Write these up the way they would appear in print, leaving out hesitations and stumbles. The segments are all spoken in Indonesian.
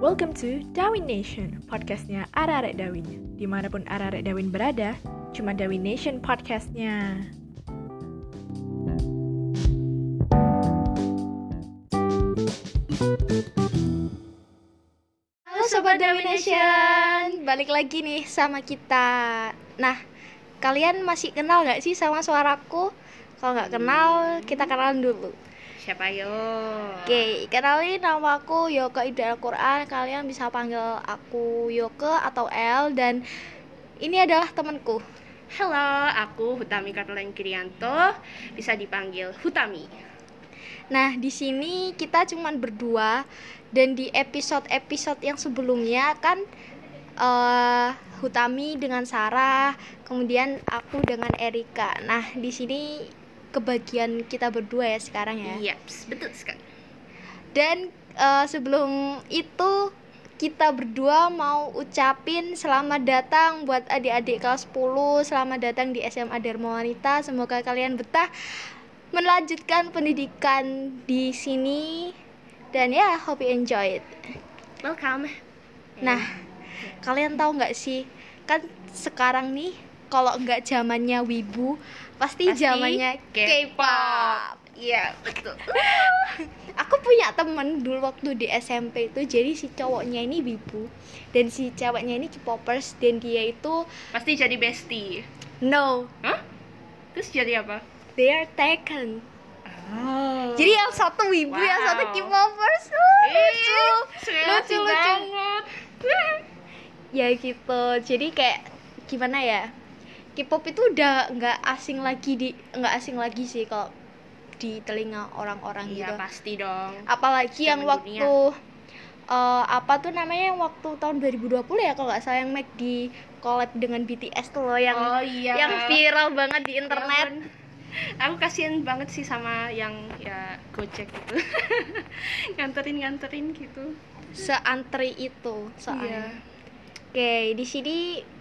Welcome to Dawin Nation, podcastnya Ararek Dawin. Dimanapun Ararek Dawin berada, cuma Dawin Nation podcastnya. Halo Sobat Dawin Nation, balik lagi nih sama kita. Nah, kalian masih kenal gak sih sama suaraku? Kalau gak kenal, kita kenalan dulu. Siapa yo? Oke, kenalin, nama aku Yoke Ida Al-Quran. Kalian bisa panggil aku Yoke atau El. Dan ini adalah temanku. Halo, aku Hutami Kartalen Kirianto, bisa dipanggil Hutami. Nah, di sini kita cuman berdua. Dan di episode-episode yang sebelumnya kan Hutami dengan Sarah, kemudian aku dengan Erika. Nah, di sini kebagian kita berdua ya sekarang ya. Yaps, betul sekali. Dan sebelum itu kita berdua mau ucapin selamat datang buat adik-adik kelas 10. Selamat datang di SMA Dharma Wanita. Semoga kalian betah melanjutkan pendidikan di sini. Dan ya, hope you enjoy it. Welcome. Nah, kalian tahu nggak sih, kan sekarang nih kalau nggak zamannya wibu, pasti zamannya K-pop. Iya, betul. Aku punya temen dulu waktu di SMP itu, jadi si cowoknya ini wibu dan si ceweknya ini K-popers, dan dia itu Pasti jadi bestie. no, Hah? Terus jadi apa? they are taken. Oh. Jadi yang satu wibu, Wow. yang satu K-popers. Lucu. banget. Ya gitu. Jadi kayak gimana ya? K-pop itu udah nggak asing lagi sih kalau di telinga orang-orang Iya, gitu. pasti dong. Apalagi yang Zaman waktu apa tuh namanya, yang waktu tahun 2020 ya kalau nggak salah, yang make di collab dengan BTS tuh loh, yang Oh iya. yang viral banget di internet. Ya, aku kasihan banget sih sama yang ya Gojek gitu. nganterin gitu. Seantri itu soalnya. Iya. Oke, di sini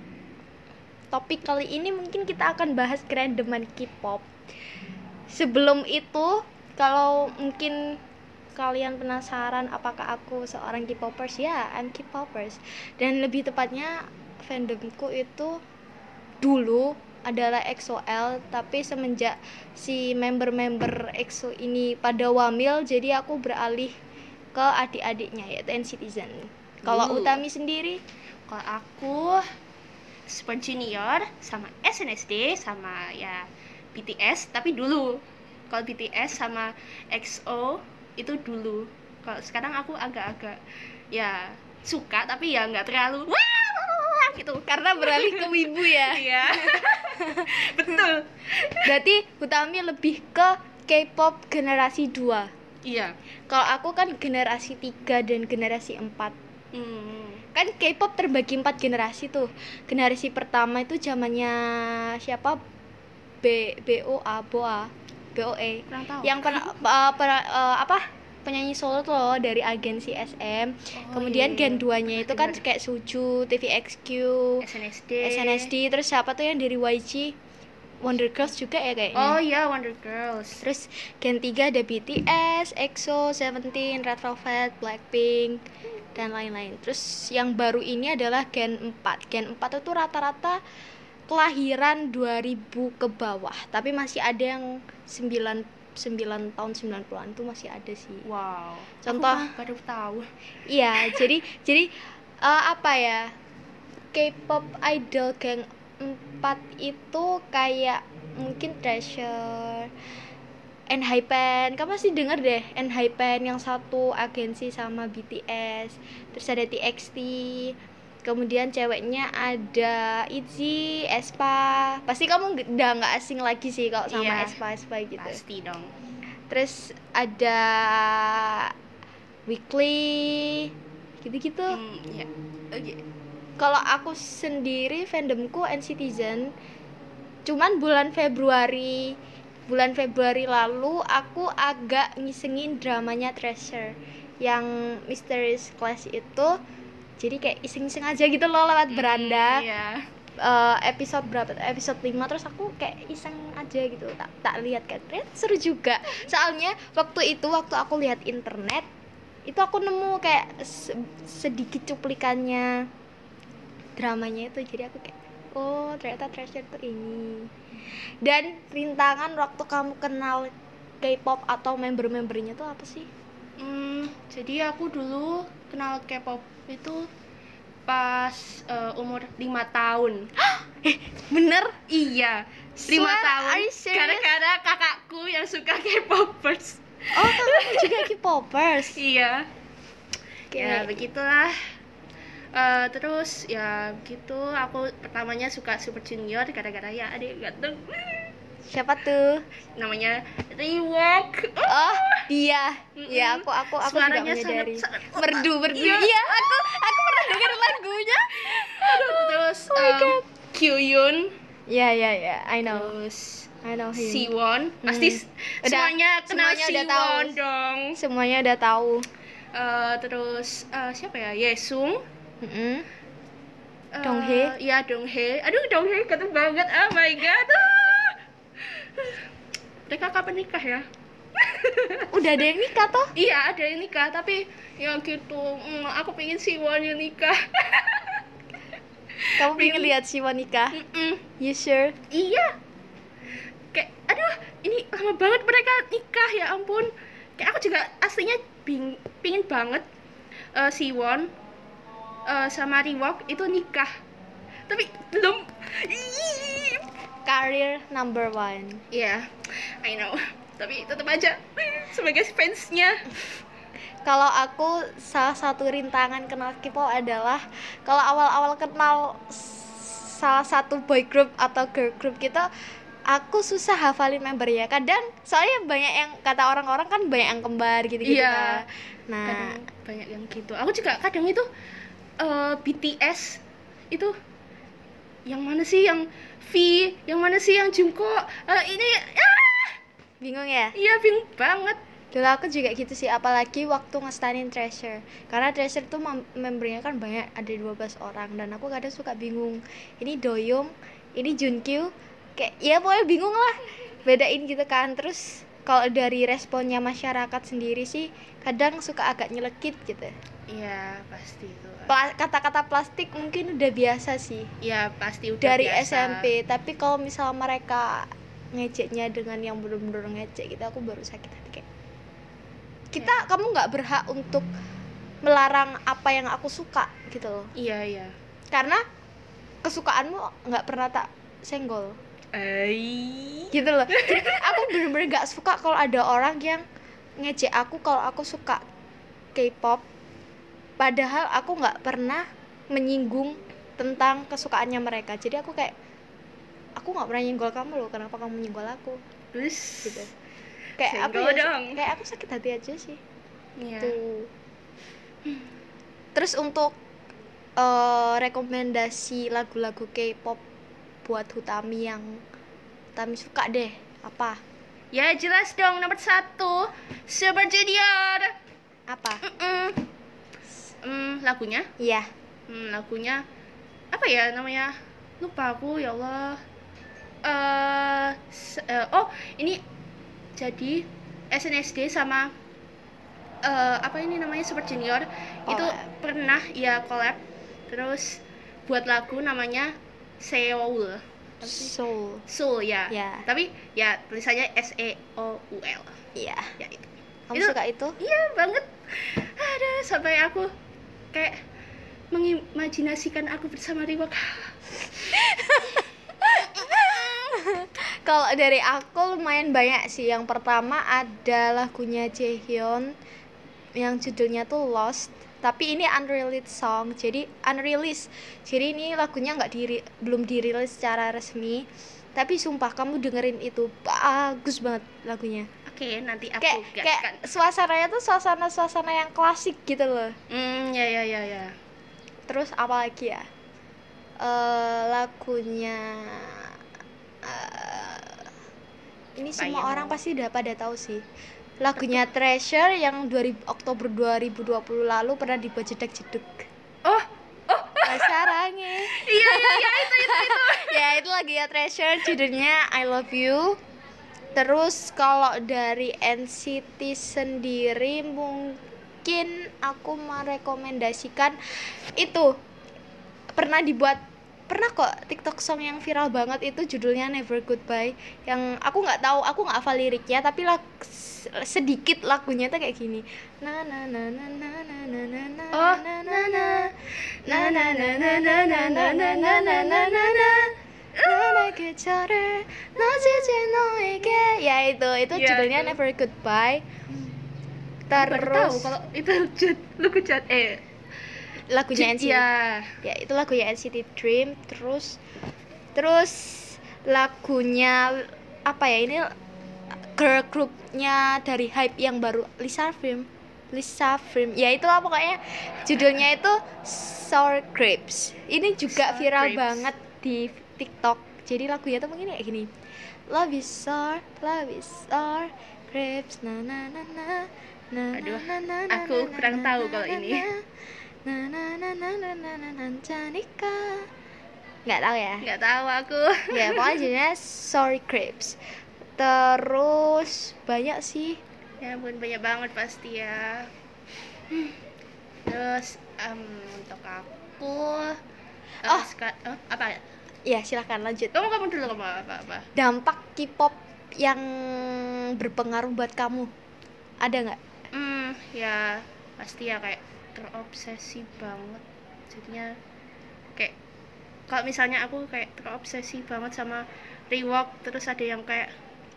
topik kali ini mungkin kita akan bahas kerandoman K-pop. Sebelum itu, kalau mungkin kalian penasaran apakah aku seorang K-popers, ya, I'm K-popers. Dan lebih tepatnya fandomku itu dulu adalah EXO-L, tapi semenjak si member-member EXO ini pada wamil, jadi aku beralih ke adik-adiknya, yaitu NCTzen. Kalau Utami sendiri? Kalau aku Super Junior sama SNSD sama ya BTS, tapi dulu. Kalau BTS sama EXO itu dulu. Kalau sekarang aku agak-agak ya suka, tapi ya nggak terlalu wah gitu. Karena beralih ke wibu ya. Iya. Betul. Berarti Utami lebih ke K-pop generasi 2. Iya. Kalau aku kan generasi 3 dan generasi 4. Hmm. Kan K-pop terbagi 4 generasi tuh. Generasi pertama itu zamannya siapa? BOE. Kurang tahu. Yang penyanyi solo tuh loh, dari agensi SM. Kemudian iya. gen 2-nya itu kan Dengar. kayak Suju, TVXQ, SNSD, terus siapa tuh yang dari YG? Wonder Girls juga ya kayaknya. Oh iya, Wonder Girls. Terus gen 3 ada BTS, EXO, Seventeen, Red Velvet, Blackpink, dan lain-lain. Terus yang baru ini adalah gen 4. Gen 4 itu rata-rata kelahiran 2000 ke bawah, tapi masih ada yang 9 tahun 90-an itu masih ada sih. Wow. Contoh, aku baru tahu. iya, jadi apa ya? K-pop idol gen 4 itu kayak mungkin Treasure, ENHYPEN. Kamu pasti denger deh ENHYPEN yang satu agensi sama BTS. Terus ada TXT. Kemudian ceweknya ada ITZY, aespa. Pasti kamu udah nggak asing lagi sih kalau sama Iya, aespa gitu. Pasti dong. Terus ada Weekly, gitu-gitu. Ya. Oke. Kalau aku sendiri fandomku NCTzen. Cuman bulan Februari lalu aku agak ngisengin dramanya Treasure yang Mysterious Clash itu. Jadi kayak iseng-iseng aja gitu loh lewat beranda. Iya. Episode 5, terus aku kayak iseng aja gitu, tak lihat kan, ternyata seru juga. Soalnya waktu aku lihat internet itu aku nemu kayak sedikit cuplikannya dramanya itu, jadi aku kayak oh ternyata Treasure tuh ini. Dan rintangan waktu kamu kenal K-pop atau member-membernya tuh apa sih? Jadi aku dulu kenal K-pop itu pas umur 5 tahun. Bener? Iya, 5 Swear, tahun. are you serious? Gara-gara kakakku yang suka K-popers. Oh kamu juga K-popers? Iya. Oke. Ya begitulah. Terus ya gitu, aku pertamanya suka Super Junior gara-gara ya adik ganteng. Siapa tuh? Namanya Rewalk. Oh dia. Ya aku juga Suaranya menyadari. sangat Merdu. Iya. Iya, aku pernah dengar lagunya. Terus Oh my God. Kyuhyun, Ya, I know. terus him. Siwon. Pasti Udah, semuanya kenal semuanya udah tahu. Siwon dong. Semuanya udah tahu. Terus siapa ya? Yesung. Mm-mm. Donghae. Iya, Donghae. Aduh, Donghae ganteng banget. Oh my god. Mereka kapan nikah ya? Udah ada yang nikah toh? Iya, ada yang nikah, tapi yang gitu, aku pengen Siwon yang nikah. Kamu pengen lihat Siwon nikah? You sure? Iya. Kayak aduh, ini lama banget mereka nikah, ya ampun. Kayak aku juga aslinya pingin banget Siwon sama Rewalk itu nikah. Tapi belum. Career number 1. Iya, I know. Tapi tetap aja sebagai fansnya. Kalau aku salah satu rintangan kenal K-pop adalah kalau awal-awal kenal salah satu boy group atau girl group gitu, aku susah hafalin membernya. Kadang soalnya banyak yang kata orang-orang kan banyak yang kembar gitu-gitu. Iya. Nah, Kadang banyak yang gitu. Aku juga kadang itu BTS itu yang mana sih yang V, yang mana sih yang Jungkook, ini bingung ya? iya bingung banget. Dulu aku juga gitu sih, apalagi waktu ngestanin Treasure. Karena Treasure tuh membernya kan banyak, ada 12 orang. Dan aku kadang suka bingung, ini Doyoung, ini Junkyu. Kayak ya pokoknya bingung lah, bedain gitu kan. Terus kalau dari responnya masyarakat sendiri sih kadang suka agak nyelekit gitu. Iya pasti itu. Kata-kata plastik mungkin udah biasa sih Iya pasti udah dari biasa. SMP. Tapi kalau misal mereka ngejeknya dengan yang bener-bener ngejek gitu, aku baru sakit hati kayak kamu nggak berhak untuk melarang apa yang aku suka gitu loh. Iya. Karena kesukaanmu nggak pernah tak senggol gitu loh. Jadi aku bener-bener nggak suka kalau ada orang yang ngejek aku kalau aku suka K-pop, padahal aku nggak pernah menyinggung tentang kesukaannya mereka. Jadi aku kayak aku nggak pernah nyenggol kamu loh, kenapa kamu nyenggol aku Terus gitu. Kayak senggol dong. kayak aku sakit hati aja sih. Iya. Tuh. Terus untuk rekomendasi lagu-lagu K-pop buat Hutami yang Hutami suka deh, apa? Ya jelas dong, nomor 1 Super Junior. Apa? Lagunya? Iya. Lagunya apa ya namanya? Lupa aku, ya Allah. Ini jadi SNSD sama apa ini namanya Super Junior itu pernah ya collab, terus buat lagu namanya Seoul. Soul ya. Ya. Tapi ya tulisannya SEOUL. Iya. Ya itu. Kamu suka itu? Iya banget. Aduh, sampai aku kayak mengimajinasikan aku bersama Rewalk. Kalau dari aku lumayan banyak sih. Yang pertama ada lagunya Jaehyun yang judulnya tuh Lost, tapi ini unreleased song, jadi unreleased. Jadi ini lagunya belum dirilis secara resmi. Tapi sumpah kamu dengerin itu, bagus banget lagunya. Oke, nanti aku Kayak gaskan. suasananya tuh suasana yang klasik gitu loh. Ya. Terus apa lagi ya? Lagunya ini semua orang pasti udah pada tahu sih. Lagunya Treasure yang Oktober 2020 lalu pernah dibuat jedek-jedek. Oh. Sarangnya. Iya, itu. Ya, itu lagunya Treasure, judulnya I Love You. Terus kalau dari NCT sendiri mungkin aku merekomendasikan itu pernah kok TikTok song yang viral banget itu judulnya Never Goodbye, yang aku nggak hafal liriknya, tapi sedikit lagunya tuh kayak gini. Na na na na na na na na na Oh, na na na na na na na na na na na na na na na na 내게 저를 놔주지 너에게. Ya itu Ya, judulnya itu. Never Goodbye. Baru tahu Terus kalau itu lagu Jad lagunya NCT. ya. Ya itu lagunya NCT Dream. Terus lagunya apa ya, ini girl groupnya dari Hype yang baru, Lisa Film ya itulah pokoknya, judulnya itu Sour Grapes. Ini juga Sour viral Grapes. banget di TikTok. Jadi lagunya tuh mungkin kayak gini, love is sour grapes na na na na na. Aduh, na, na, na, aku na, kurang na, tahu na, kalau na, ini. na na na na na na na na Janika. Nggak tahu ya. Nggak tahu aku. Ya pokoknya judulnya Sour Grapes. Terus banyak sih. Ya ampun, banyak banget pasti ya. Terus untuk aku apa ya? Ya silakan lanjut. Kamu dulu, kamu apa? Dampak K-pop yang berpengaruh buat kamu ada nggak? Ya pasti ya, kayak terobsesi banget. Jadinya kayak kalau misalnya aku kayak terobsesi banget sama Rework, terus ada yang kayak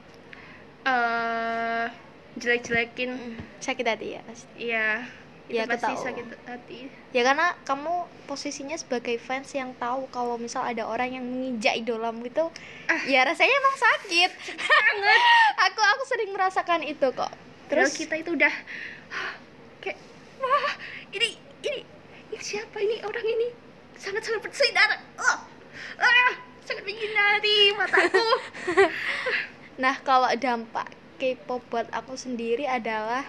jelek-jelekin. Sakit hati ya pasti. Iya, itu Ya, aku pasti tahu. sakit hati. Ya karena kamu posisinya sebagai fans yang tahu kalau misal ada orang yang menginjak idolamu itu, ya rasanya emang sakit banget. aku sering merasakan itu kok. Terus Terus kita itu udah kayak, wah, ini siapa ini, orang ini sangat bersinar. Sangat menyinari mataku. nah kalau dampak K-pop buat aku sendiri adalah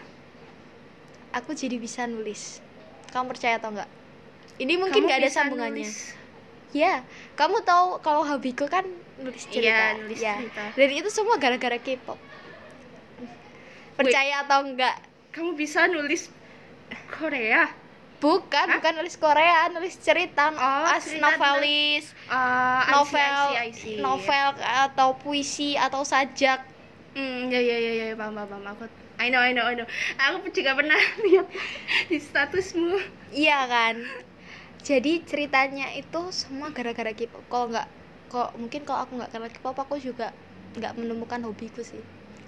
aku jadi bisa nulis. Kamu percaya atau enggak? Ini mungkin Kamu nggak ada bisa sambungannya. nulis. Ya, kamu tahu kalau hobiku kan nulis cerita. Iya, nulis Ya. cerita. Dan itu semua gara-gara K-pop. Percaya atau enggak? Kamu bisa nulis Korea? Bukan nulis Korea, nulis cerita, Cerita novelis, I see. novel atau puisi atau sajak. Ya, paham. Aku I know. Aku juga pernah lihat di statusmu. Iya kan? Jadi ceritanya itu semua gara-gara K-pop. Mungkin kalau aku nggak kenal K-pop, aku juga nggak menemukan hobiku sih.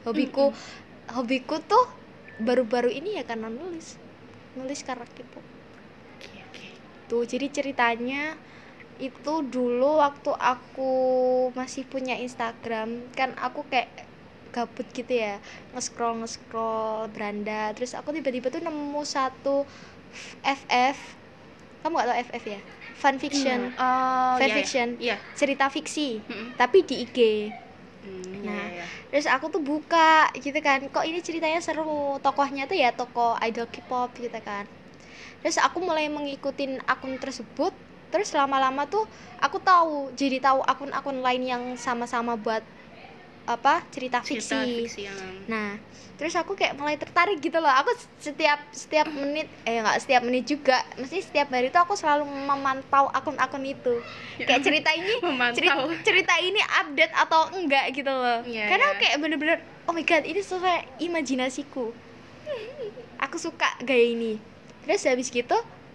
Hobiku tuh baru-baru ini ya karena nulis karena K-pop. Oke. Tuh, jadi ceritanya itu dulu waktu aku masih punya Instagram, kan aku kayak gabut gitu ya, nge-scroll beranda, terus aku tiba-tiba tuh nemu satu FF. Kamu gak tau FF ya? Fanfiction. Fanfiction. Iya. Cerita fiksi, Mm-mm. tapi di IG. Nah, Iya. terus aku tuh buka gitu kan, kok ini ceritanya seru, tokohnya tuh ya tokoh idol K-pop gitu kan. Terus aku mulai mengikutin akun tersebut, terus lama-lama tuh aku jadi tahu akun-akun lain yang sama-sama buat cerita fiksi. yang Nah, terus aku kayak mulai tertarik gitu loh. Aku setiap menit, nggak setiap menit juga, mesti setiap hari itu aku selalu memantau akun-akun itu. Kayak memantau. cerita ini update atau enggak gitu loh. Iya, Karena iya. kayak bener-bener, oh my god, ini sesuai imajinasiku. Aku suka gaya ini. Terus habis gitu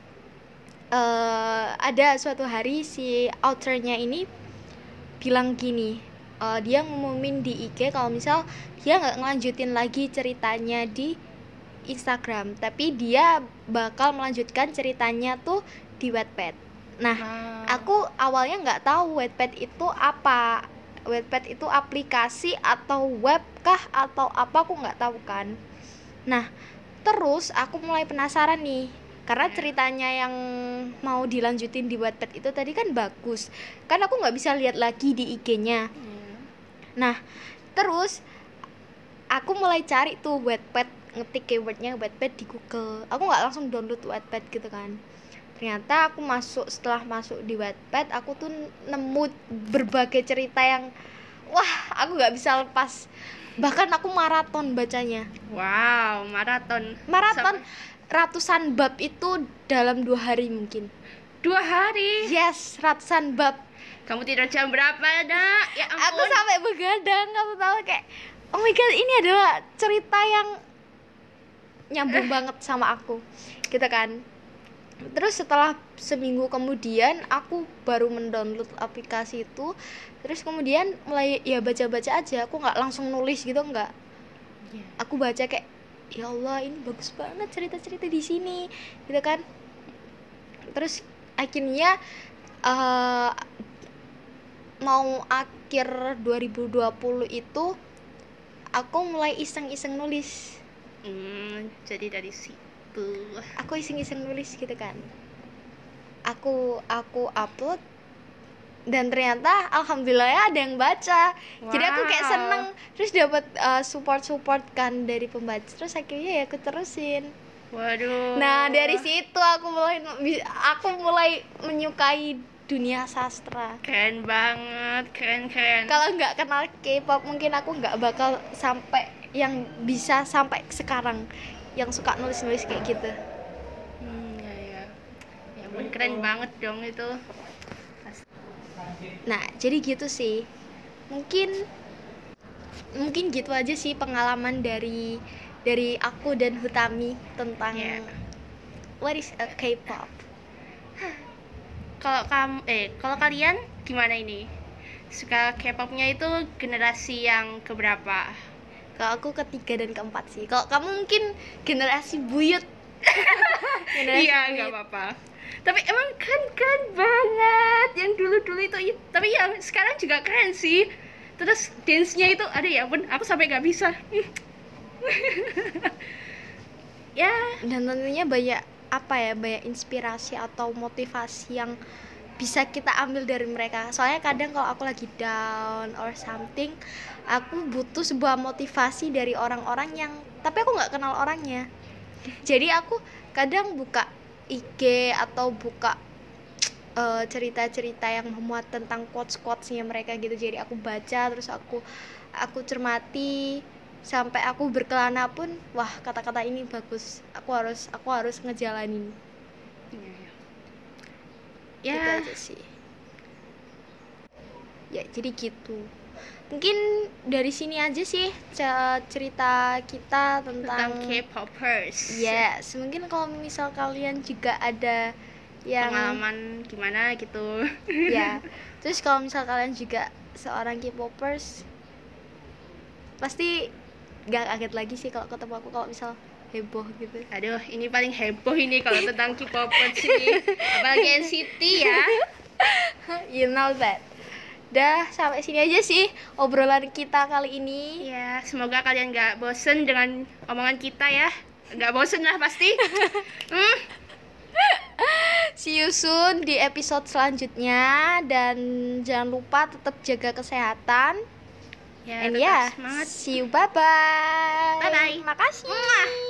ada suatu hari si authornya ini bilang gini, dia ngumumin di IG kalau misal dia nggak ngelanjutin lagi ceritanya di Instagram, tapi dia bakal melanjutkan ceritanya tuh di Wattpad. Nah, aku awalnya nggak tahu Wattpad itu apa. Wattpad itu aplikasi atau web kah atau apa, aku nggak tahu kan. Nah, terus aku mulai penasaran nih, karena ceritanya yang mau dilanjutin di Wattpad itu tadi kan bagus, kan aku nggak bisa lihat lagi di IG-nya. Nah, terus aku mulai cari tuh Wattpad, ngetik keywordnya Wattpad di Google. Aku nggak langsung download Wattpad gitu kan. Ternyata setelah masuk di Wattpad, aku tuh nemu berbagai cerita yang aku nggak bisa lepas. Bahkan aku maraton bacanya. Wow, maraton. ratusan bab itu dalam 2 hari mungkin. 2 hari. Yes, ratusan bab. Kamu tidur jam berapa, Nak? Ya ampun. Aku sampai begadang, kamu tahu kayak oh my god, ini adalah cerita yang nyambung banget sama aku. Gitu kan. Terus setelah seminggu kemudian aku baru mendownload aplikasi itu. Terus kemudian mulai ya baca-baca aja. Aku nggak langsung nulis gitu, nggak. Aku baca kayak ya Allah, ini bagus banget cerita-cerita di sini, gitu kan. Terus akhirnya mau akhir 2020 itu aku mulai iseng-iseng nulis. Jadi dari situ Aku iseng-iseng nulis gitu kan. Aku upload dan ternyata alhamdulillah ya ada yang baca. Jadi aku kayak seneng, terus dapat support kan dari pembaca. Terus akhirnya ya aku terusin. Waduh. Nah, dari situ aku mulai menyukai dunia sastra. Keren banget, keren. Kalau nggak kenal K-pop mungkin aku nggak bakal sampai yang bisa sampai sekarang, yang suka nulis-nulis kayak gitu. Ya ampun, keren banget dong itu. Nah, jadi gitu sih. Mungkin gitu aja sih pengalaman dari aku dan Hutami tentang what is a K-pop. Kalau kalian gimana ini? Suka K-popnya itu generasi yang keberapa? Kalau aku ketiga dan keempat sih. Kalau kamu mungkin generasi buyut. Iya, nggak apa-apa. Tapi emang keren banget yang dulu itu. Tapi yang sekarang juga keren sih. Terus dance-nya itu ada ya ampun, aku sampai nggak bisa. Ya. Dan tentunya banyak inspirasi atau motivasi yang bisa kita ambil dari mereka. Soalnya kadang kalau aku lagi down or something, aku butuh sebuah motivasi dari orang-orang yang tapi aku nggak kenal orangnya. Jadi aku kadang buka IG atau buka cerita-cerita yang memuat tentang quotes-quotesnya mereka gitu. Jadi aku baca, terus aku cermati sampai aku berkelana pun, wah kata-kata ini bagus. Aku harus ngejalanin. Ya. Gitu aja sih. Ya jadi gitu. Mungkin dari sini aja sih cerita kita tentang K-popers. Yes, mungkin kalau misal kalian juga ada yang pengalaman gimana gitu. Ya. Terus kalau misal kalian juga seorang K-popers, pasti gak kaget lagi sih kalau ketemu aku kalau misal heboh gitu. Aduh, ini paling heboh ini kalau tentang K-popers ini. Apalagi NCT ya. You know that. Dah, sampai sini aja sih obrolan kita kali ini. Ya, semoga kalian gak bosen dengan omongan kita ya. Gak bosen lah pasti. See you soon di episode selanjutnya. Dan jangan lupa tetap jaga kesehatan. Ya, And tetap semangat. see you, bye-bye. Bye-bye. Makasih.